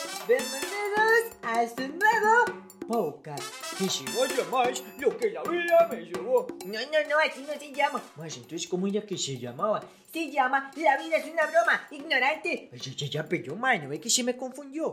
Bienvenidos a este nuevo podcast que se va a llamar Lo que la vida me llevó. No, así no se llama. Pues entonces, ¿cómo era que se llamaba? Se llama La vida es una broma, ignorante. Pues ya, pero mano, es que se me confundió.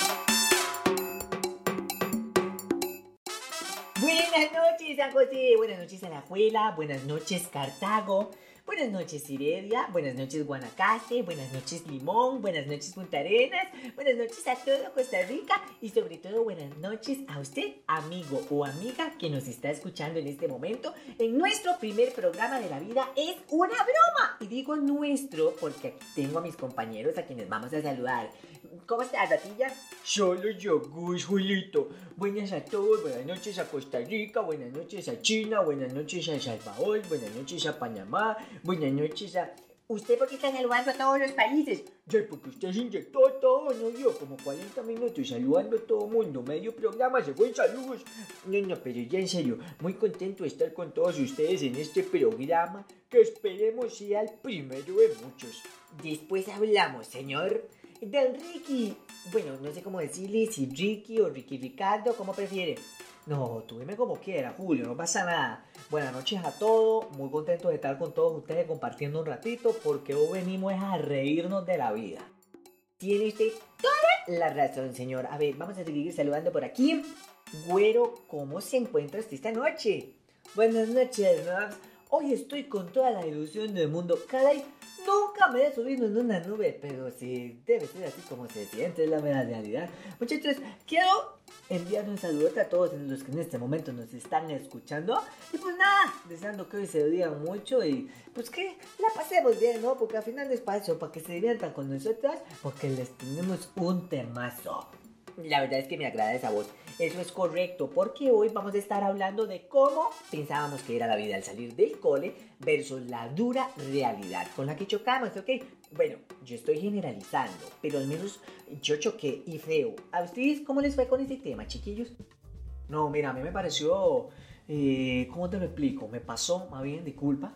Buenas noches, San José. Buenas noches, Alajuela. Buenas noches, Cartago. Buenas noches, Heredia. Buenas noches, Guanacaste. Buenas noches, Limón. Buenas noches, Punta Arenas. Buenas noches a todo Costa Rica. Y sobre todo, buenas noches a usted, amigo o amiga que nos está escuchando en este momento en nuestro primer programa de La Vida es una broma. Y digo nuestro porque aquí tengo a mis compañeros a quienes vamos a saludar. ¿Cómo estás, Ratilla? Solo yo, Gus, Julito. Buenas a todos, buenas noches a Costa Rica, buenas noches a China, buenas noches a El Salvador, buenas noches a Panamá, buenas noches a... ¿Usted por qué está saludando a todos los países? Ya, porque usted se inyectó todo, ¿no? Yo como 40 minutos saludando a todo mundo, medio programa se fue en saludos. No, pero ya en serio, muy contento de estar con todos ustedes en este programa que esperemos sea el primero de muchos. Después hablamos, señor, del Ricky. Bueno, no sé cómo decirle, si Ricky o Ricky Ricardo, ¿cómo prefiere? No, tú dime como quiera, Julio, no pasa nada. Buenas noches a todos, muy contento de estar con todos ustedes compartiendo un ratito porque hoy venimos a reírnos de la vida. Tiene usted toda la razón, señor. A ver, vamos a seguir saludando por aquí. Güero, ¿cómo se encuentra usted esta noche? Buenas noches, Max. Hoy estoy con toda la ilusión del mundo. Caray, nunca me he subido en una nube, pero sí, debe ser así como se siente, es la realidad. Muchachos, quiero enviar un saludo a todos los que en este momento nos están escuchando. Y pues nada, deseando que hoy se digan mucho y pues que la pasemos bien, ¿no? Porque al final es para eso, para que se diviertan con nosotras, porque les tenemos un temazo. La verdad es que me agrada esa voz. Eso es correcto, porque hoy vamos a estar hablando de cómo pensábamos que era la vida al salir del cole versus la dura realidad con la que chocamos, ¿ok? Bueno, yo estoy generalizando, pero al menos yo choqué y feo. ¿A ustedes cómo les fue con ese tema, chiquillos? No, mira, a mí me pareció... ¿cómo te lo explico? Me pasó, más bien, disculpa,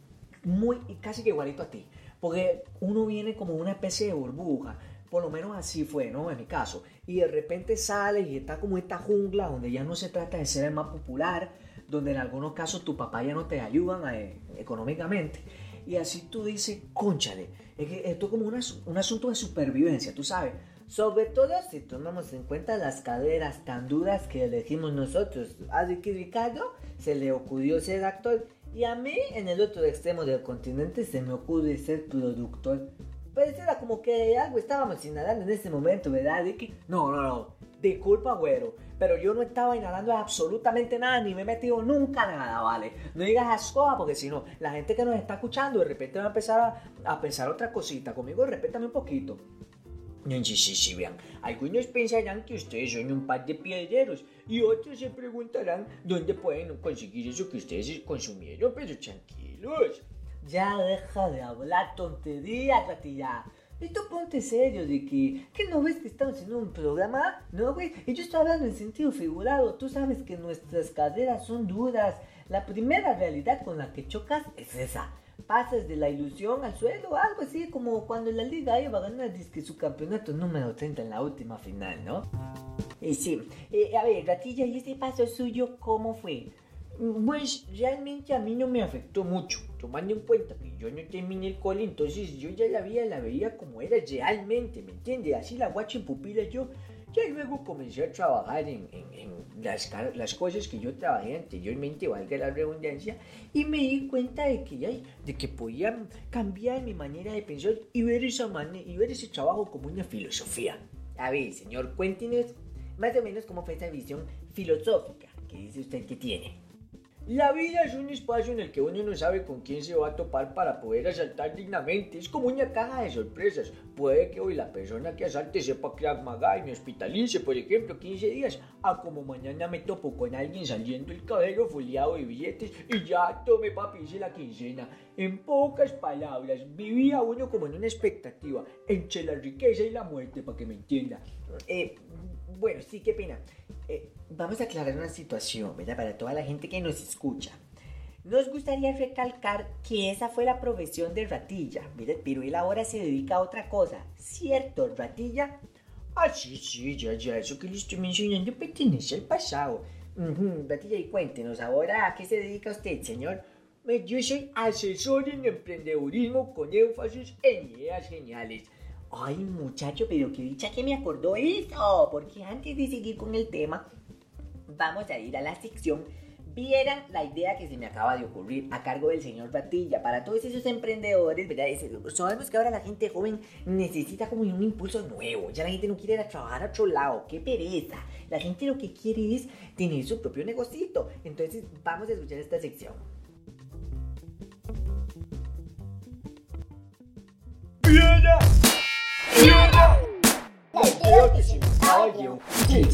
casi que igualito a ti. Porque uno viene como una especie de burbuja. Por lo menos así fue, ¿no? En mi caso. Y de repente sale y está como esta jungla donde ya no se trata de ser el más popular, donde en algunos casos tu papá ya no te ayudan económicamente. Y así tú dices, cónchale, es que esto es como un asunto de supervivencia, tú sabes. Sobre todo si tomamos en cuenta las caderas tan duras que elegimos nosotros. A Ricky Ricardo se le ocurrió ser actor y a mí en el otro extremo del continente se me ocurre ser productor. Pues era como que algo estábamos inhalando en ese momento, ¿verdad, Ricky? No. Disculpa, güero, pero yo no estaba inhalando absolutamente nada, ni me he metido nunca nada, ¿vale? No digas ascoa, porque si no, la gente que nos está escuchando de repente va a empezar a pensar otra cosita. Conmigo, respétame un poquito. Sí, vean. Algunos pensarán que ustedes son un par de piedreros y otros se preguntarán dónde pueden conseguir eso que ustedes consumieron, pero tranquilos. Ya deja de hablar tonterías, Ratilla. Esto ponte serio, de que no ves que estamos en un programa, ¿no, güey? Y yo estoy hablando en sentido figurado. Tú sabes que nuestras caderas son duras. La primera realidad con la que chocas es esa. Pasas de la ilusión al suelo, algo así como cuando la Liga iba a ganar su campeonato número 30 en la última final, ¿no? Sí. A ver, Ratilla, ¿y ese paso suyo cómo fue? Pues realmente a mí no me afectó mucho, tomando en cuenta que yo no terminé el cole, entonces yo ya la veía como era realmente, ¿me entiendes? Así la guacha en pupila yo. Ya luego comencé a trabajar en las cosas que yo trabajé anteriormente, valga la redundancia, y me di cuenta de que podía cambiar mi manera de pensar y ver ese trabajo como una filosofía. A ver, señor, cuéntenos más o menos cómo fue esa visión filosófica que dice usted que tiene. La vida es un espacio en el que uno no sabe con quién se va a topar para poder asaltar dignamente. Es como una caja de sorpresas. Puede que hoy la persona que asalte sepa Krav Maga y me hospitalice, por ejemplo, 15 días. Como mañana me topo con alguien saliendo el cajero foliado de billetes y ya tome papi, hice la quincena. En pocas palabras, vivía uno como en una expectativa entre la riqueza y la muerte, para que me entienda. Bueno, sí, qué pena. Vamos a aclarar una situación, ¿verdad? Para toda la gente que nos escucha. Nos gustaría recalcar que esa fue la profesión de Ratilla, ¿verdad? Pero él ahora se dedica a otra cosa. ¿Cierto, Ratilla? Ah, sí, sí, ya, eso que le estoy mencionando pertenece al pasado. Batilla, y cuéntenos ahora a qué se dedica usted, señor. Yo soy asesor en emprendedurismo con énfasis en ideas geniales. Ay, muchacho, pero qué dicha que me acordó eso, porque antes de seguir con el tema, vamos a ir a la sección. Vieran la idea que se me acaba de ocurrir a cargo del señor Batilla para todos esos emprendedores, ¿verdad? Sabemos que ahora la gente joven necesita como un impulso nuevo. Ya la gente no quiere ir a trabajar a otro lado. ¡Qué pereza! La gente lo que quiere es tener su propio negocito. Entonces vamos a escuchar esta sección. ¡Viera! ¡Viera! La idea que se me acaba de ocurrir.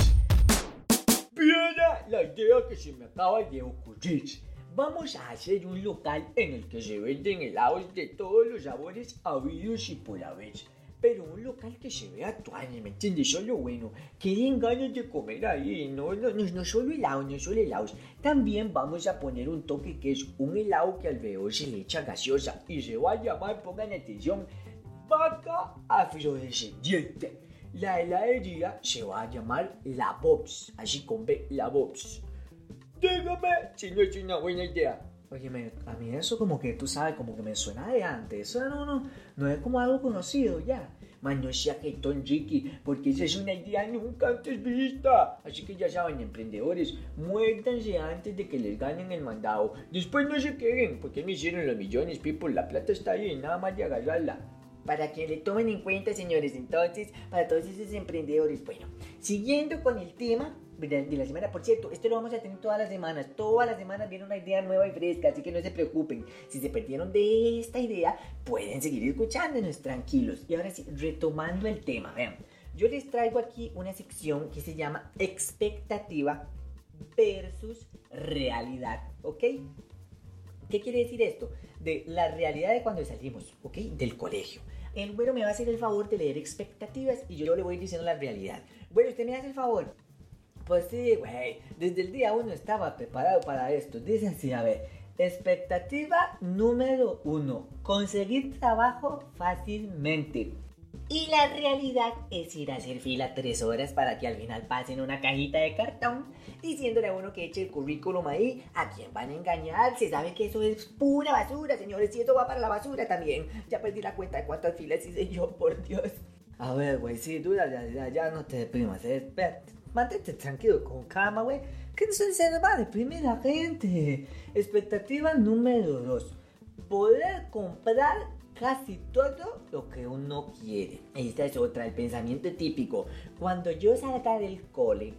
Viera la idea que se me acaba de ocurrir. Vamos a hacer un local en el que se venden helados de todos los sabores habidos y por haber. Pero un local que se vea tuanis, ¿me entiendes? Eso es lo bueno. Que den ganas de comer ahí. No solo helados, no solo helados. También vamos a poner un toque que es un helado que alrededor se le echa gaseosa. Y se va a llamar, pongan atención, Vaca Afrodescendiente. La heladería se va a llamar La Bobs, así con B, La Bobs. Dígame si no es una buena idea. Oye, a mí eso como que, tú sabes, como que me suena de antes. Eso no es como algo conocido ya. Man, no sea jetón, Ricky, porque esa es una idea nunca antes vista. Así que ya saben, emprendedores, muértanse antes de que les ganen el mandado. Después no se queden, porque me hicieron los millones, people. La plata está ahí, nada más de agarrarla. Para que le tomen en cuenta, señores, entonces, para todos esos emprendedores. Bueno, siguiendo con el tema de la semana, por cierto, esto lo vamos a tener todas las semanas viene una idea nueva y fresca, así que no se preocupen. Si se perdieron de esta idea, pueden seguir escuchándonos tranquilos. Y ahora sí, retomando el tema, vean, yo les traigo aquí una sección que se llama expectativa versus realidad, ¿ok? ¿Qué quiere decir esto? De la realidad de cuando salimos, ¿ok? Del colegio. El güero me va a hacer el favor de leer expectativas y yo le voy diciendo la realidad. Bueno, ¿usted me hace el favor? Pues sí, güey. Desde el día 1 estaba preparado para esto. Dice así, a ver. Expectativa número 1. Conseguir trabajo fácilmente. Y la realidad es ir a hacer fila 3 horas para que al final pasen una cajita de cartón diciéndole a uno que eche el currículum ahí. ¿A quién van a engañar? Se sabe que eso es pura basura, señores, y eso va para la basura también. Ya perdí la cuenta de cuántas filas hice yo, por Dios. A ver, güey, sí, tú ya no te deprimas, espérate. Mantente tranquilo, con calma, güey. Que no se nos va a deprimir la gente. Expectativa número 2. Poder comprar casi todo lo que uno quiere. Esta es otra, el pensamiento típico. Cuando yo salga del cole,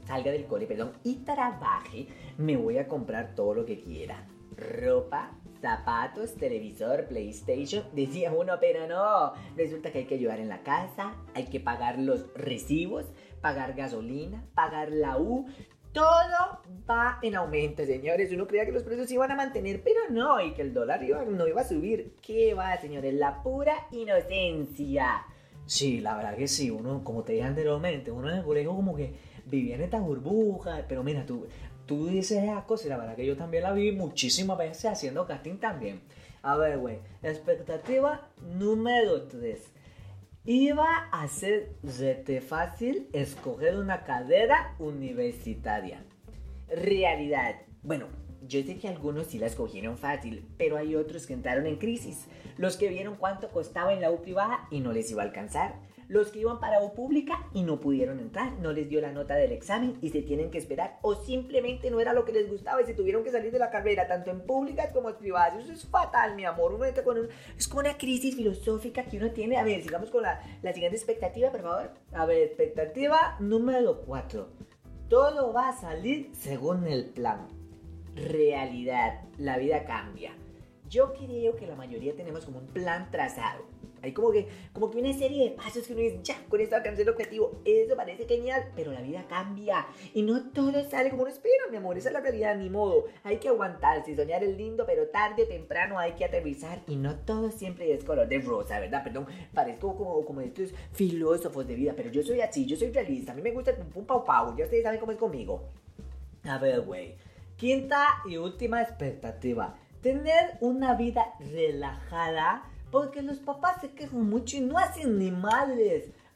y trabaje, me voy a comprar todo lo que quiera. Ropa, zapatos, televisor, PlayStation, decía uno, pero no. Resulta que hay que ayudar en la casa, hay que pagar los recibos, pagar gasolina, pagar la U. Todo va en aumento, señores. Uno creía que los precios se iban a mantener, pero no, y que el dólar no iba a subir. ¿Qué va, señores? La pura inocencia. Sí, la verdad que sí. Uno, como te dije anteriormente, uno en el colegio como que vivía en esta burbuja. Pero mira, tú dices esa cosa y la verdad que yo también la viví muchísimas veces haciendo casting también. A ver, güey. Expectativa número 3. Iba a ser rete fácil escoger una carrera universitaria. Realidad. Bueno, yo sé que algunos sí la escogieron fácil, pero hay otros que entraron en crisis. Los que vieron cuánto costaba en la U privada y no les iba a alcanzar. Los que iban para U pública y no pudieron entrar, no les dio la nota del examen y se tienen que esperar, o simplemente no era lo que les gustaba y se tuvieron que salir de la carrera, tanto en públicas como en privadas. Eso es fatal, mi amor. Uno entra es como una crisis filosófica que uno tiene. A ver, sigamos con la siguiente expectativa, por favor. A ver, expectativa número 4. Todo va a salir según el plan. Realidad, la vida cambia. Yo creo que la mayoría tenemos como un plan trazado. Hay como que una serie de pasos que uno dice, ya, con esto alcancé el objetivo. Eso parece genial, pero la vida cambia. Y no todo sale como uno espera, mi amor. Esa es la realidad, ni modo. Hay que aguantarse y soñar es lindo, pero tarde o temprano hay que aterrizar. Y no todo siempre es color de rosa, ¿verdad? Perdón, parezco como estos filósofos de vida, pero yo soy así, yo soy realista. A mí me gusta el pum pum pau pau. Ya ustedes saben cómo es conmigo. A ver, güey. Quinta y última expectativa. Tener una vida relajada, porque los papás se quejan mucho y no hacen ni madres.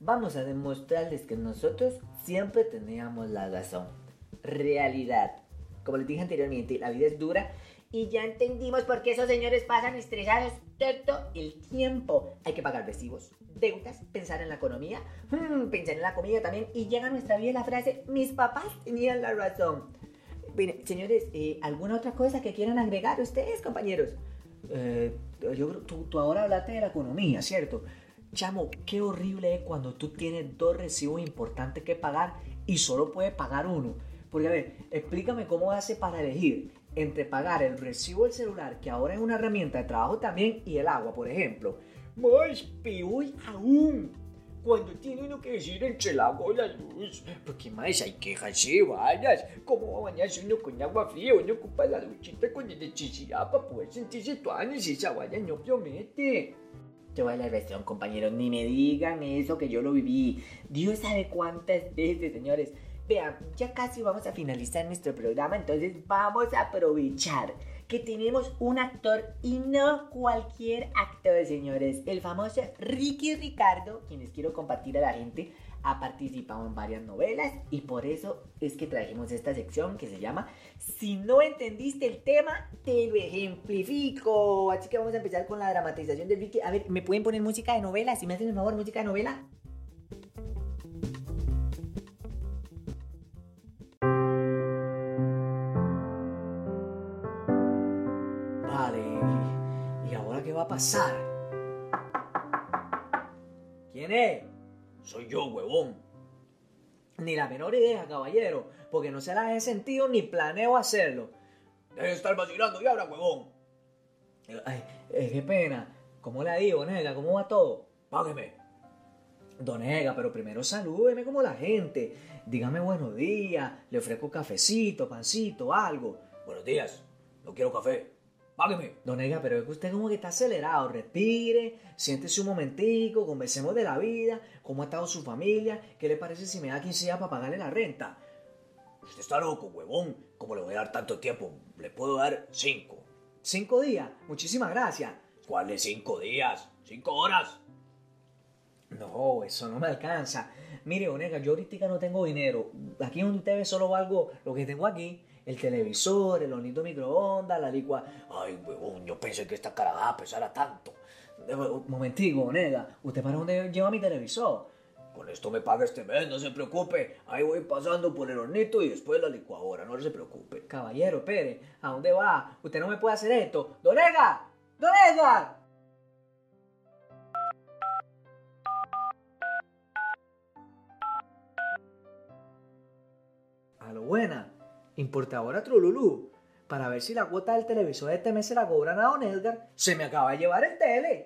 Vamos a demostrarles que nosotros siempre teníamos la razón. Realidad. Como les dije anteriormente, la vida es dura y ya entendimos por qué esos señores pasan estresados todo el tiempo. Hay que pagar recibos, deudas, pensar en la economía, pensar en la comida también. Y llega a nuestra vida la frase, mis papás tenían la razón. Bueno, señores, ¿alguna otra cosa que quieran agregar ustedes, compañeros? Yo creo tú ahora hablaste de la economía, ¿cierto? Chamo, qué horrible es cuando tú tienes dos recibos importantes que pagar y solo puedes pagar uno. Porque a ver, explícame cómo hace para elegir entre pagar el recibo del celular, que ahora es una herramienta de trabajo también, y el agua, por ejemplo. Más peor aún, cuando tiene uno que decir entre el agua y la luz. Porque más hay quejarse varias. ¿Cómo va a bañarse uno con agua fría? Uno ocupa la duchita con electricidad para poder sentirse tuanes y esa valla no promete. Te voy a la versión, compañeros, ni me digan eso que yo lo viví. Dios sabe cuántas veces, señores. Vean, ya casi vamos a finalizar nuestro programa, entonces vamos a aprovechar que tenemos un actor y no cualquier actor, señores. El famoso Ricky Ricardo, quien les quiero compartir a la gente, ha participado en varias novelas y por eso es que trajimos esta sección que se llama Si no entendiste el tema, te lo ejemplifico. Así que vamos a empezar con la dramatización del Ricky. A ver, ¿me pueden poner música de novela? Si me hacen el favor, música de novela. Vale, ¿y ahora qué va a pasar? ¿Quién es? Soy yo, huevón. Ni la menor idea, caballero, porque no se las he sentido ni planeo hacerlo. Deje de estar vacilando y ahora, huevón. Ay, qué pena. ¿Cómo le digo, nega? ¿Cómo va todo? Págueme. Don Nega, pero primero salúdeme como la gente. Dígame buenos días, le ofrezco cafecito, pancito, algo. Buenos días, no quiero café. Págueme. Don Nega, pero es que usted como que está acelerado. Respire, siéntese un momentico, conversemos de la vida, cómo ha estado su familia, qué le parece si me da 15 días para pagarle la renta. Usted está loco, huevón. ¿Cómo le voy a dar tanto tiempo? Le puedo dar 5. ¿5 días? Muchísimas gracias. ¿Cuáles 5 días? 5 horas. No, eso no me alcanza. Mire, Onega, yo ahorita no tengo dinero. Aquí donde usted ve solo valgo lo que tengo aquí. El televisor, el hornito microondas, la licua... Ay, huevón, yo pensé que esta carajada pesara tanto. Un momentico, Onega, ¿usted para dónde lleva mi televisor? Con esto me paga este mes, no se preocupe. Ahí voy pasando por el hornito y después la licuadora, no se preocupe. Caballero, espere, ¿a dónde va? Usted no me puede hacer esto. ¡Donega! ¡Donega! A lo buena, importadora Trululú, para ver si la cuota del televisor de este mes se la cobran a Don Edgar. Se me acaba de llevar el tele.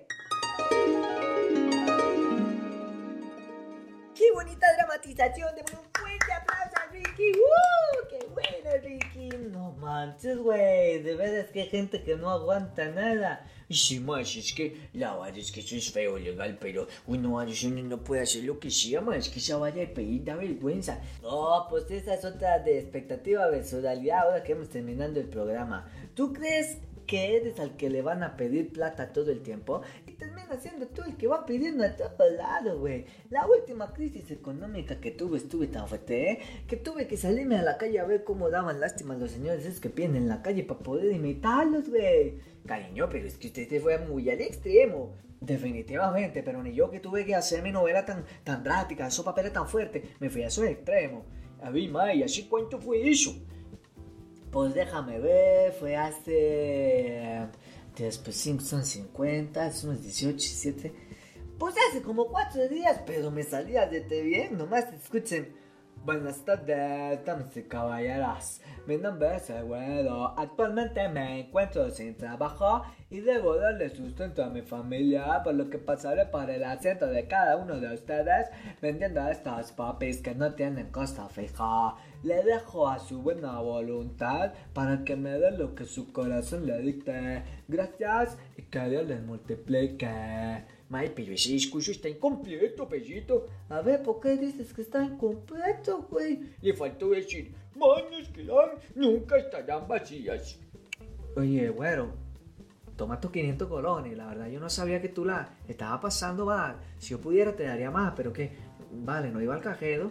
¡Qué bonita dramatización! ¡De un fuerte aplauso a Ricky! ¡Qué bueno, Ricky! No manches, güey. De verdad es que hay gente que no aguanta nada. Y sí, más, es que la verdad es que eso es feo, legal, pero uno no puede hacer lo que sea, más. Es que esa vaya de pedir da vergüenza. No, pues esa es otra de expectativa versus realidad ahora que vamos terminando el programa. ¿Tú crees que eres al que le van a pedir plata todo el tiempo? Y termina siendo tú el que va pidiendo a todos lados, güey. La última crisis económica que tuve estuve tan fuerte, que tuve que salirme a la calle a ver cómo daban lástima a los señores esos que piden en la calle para poder imitarlos, güey. Cariño, pero es que usted se fue muy al extremo. Definitivamente, pero ni yo que tuve que hacer mi novela tan drástica, esos papeles tan fuertes, me fui a esos extremos. A ver, May, ¿así cuánto fue eso? Pues déjame ver, fue hace... Después son 50, son unos 18, 17... Pues hace como 4 días, pero me salía de bien, nomás escuchen. Buenas tardes, damas y caballeros. Mi nombre es Eduardo. Actualmente me encuentro sin trabajo y debo darle sustento a mi familia, por lo que pasaré por el asiento de cada uno de ustedes vendiendo a estos papis que no tienen costa fija. Le dejo a su buena voluntad para que me dé lo que su corazón le dicte. Gracias y que Dios les multiplique. May, pero ese discurso está incompleto, pellito. A ver, ¿por qué dices que está incompleto, güey? Le faltó decir, manos que dan nunca estarán vacías. Oye, güero, toma tus 500 colones. La verdad, yo no sabía que tú la estaba pasando mal. Si yo pudiera, te daría más, pero que, vale, no iba al cajero.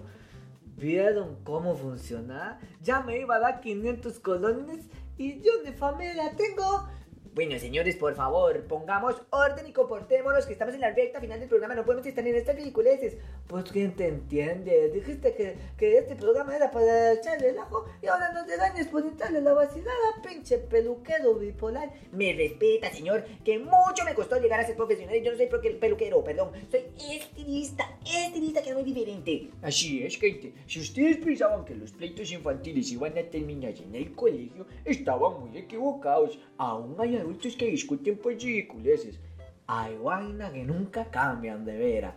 ¿Vieron cómo funciona? Ya me iba a dar 500 colones y yo de familia tengo. Bueno, señores, por favor, pongamos orden y comportémonos, que estamos en la recta final del programa, no podemos estar en estas ridiculeces. Pues, ¿quién te entiende? Dijiste que este programa era para echarle el ajo y ahora no te dañes por echarle la vacilada, pinche peluquero bipolar. Me respeta, señor, que mucho me costó llegar a ser profesional y yo no soy peluquero, perdón, soy estilista, que es muy diferente. Así es, gente, si ustedes pensaban que los pleitos infantiles iban a terminar en el colegio, estaban muy equivocados. Aún hay adultos que discuten por ridiculeces. Hay vainas que nunca cambian de veras.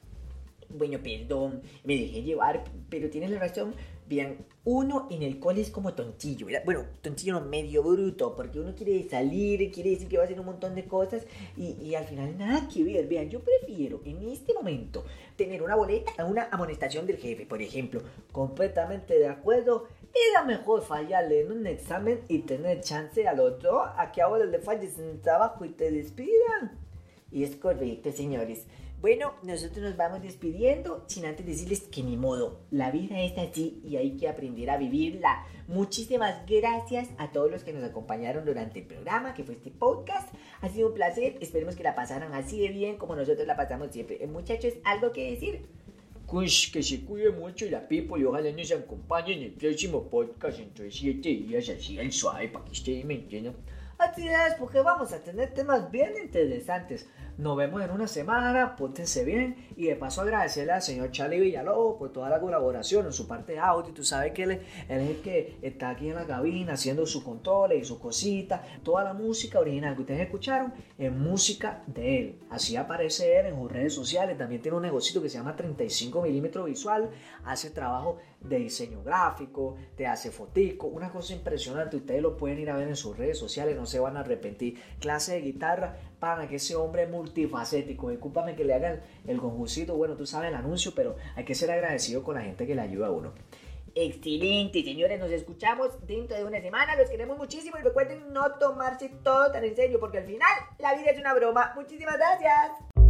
Bueno, perdón, me dejé llevar, pero tienes la razón. Bien, uno en el cole es como tontillo, ¿verdad? Bueno, tontillo no, medio bruto, porque uno quiere salir, quiere decir que va a hacer un montón de cosas y al final nada que ver. Vean, yo prefiero en este momento tener una boleta, una amonestación del jefe, por ejemplo. Completamente de acuerdo. Era mejor fallarle en un examen y tener chance al otro a que ahora le falles en el trabajo y te despidan. Y es correcto, señores. Bueno, nosotros nos vamos despidiendo sin antes decirles que ni modo, la vida es así y hay que aprender a vivirla. Muchísimas gracias a todos los que nos acompañaron durante el programa, que fue este podcast. Ha sido un placer, esperemos que la pasaran así de bien como nosotros la pasamos siempre. Muchachos, ¿algo que decir? Pues que se cuide mucho la people y ojalá nos acompañen en el próximo podcast entre 7 días así al suave para que ustedes me entiendan. Así es, porque vamos a tener temas bien interesantes. Nos vemos en una semana, póntense bien y de paso agradecerle al señor Charlie Villalobos por toda la colaboración en su parte de audio. Tú sabes que él es el que está aquí en la cabina haciendo sus controles y sus cositas. Toda la música original que ustedes escucharon es música de él. Así aparece él en sus redes sociales. También tiene un negocito que se llama 35 milímetros visual. Hace trabajo de diseño gráfico, te hace fotico, una cosa impresionante. Ustedes lo pueden ir a ver en sus redes sociales, no se van a arrepentir. Clase de guitarra, pana, que ese hombre es multifacético. Discúlpame que le hagan el conjuncito, bueno, tú sabes el anuncio, pero hay que ser agradecido con la gente que le ayuda a uno. Excelente, señores, nos escuchamos dentro de una semana, los queremos muchísimo y recuerden no tomarse todo tan en serio porque al final la vida es una broma. Muchísimas gracias.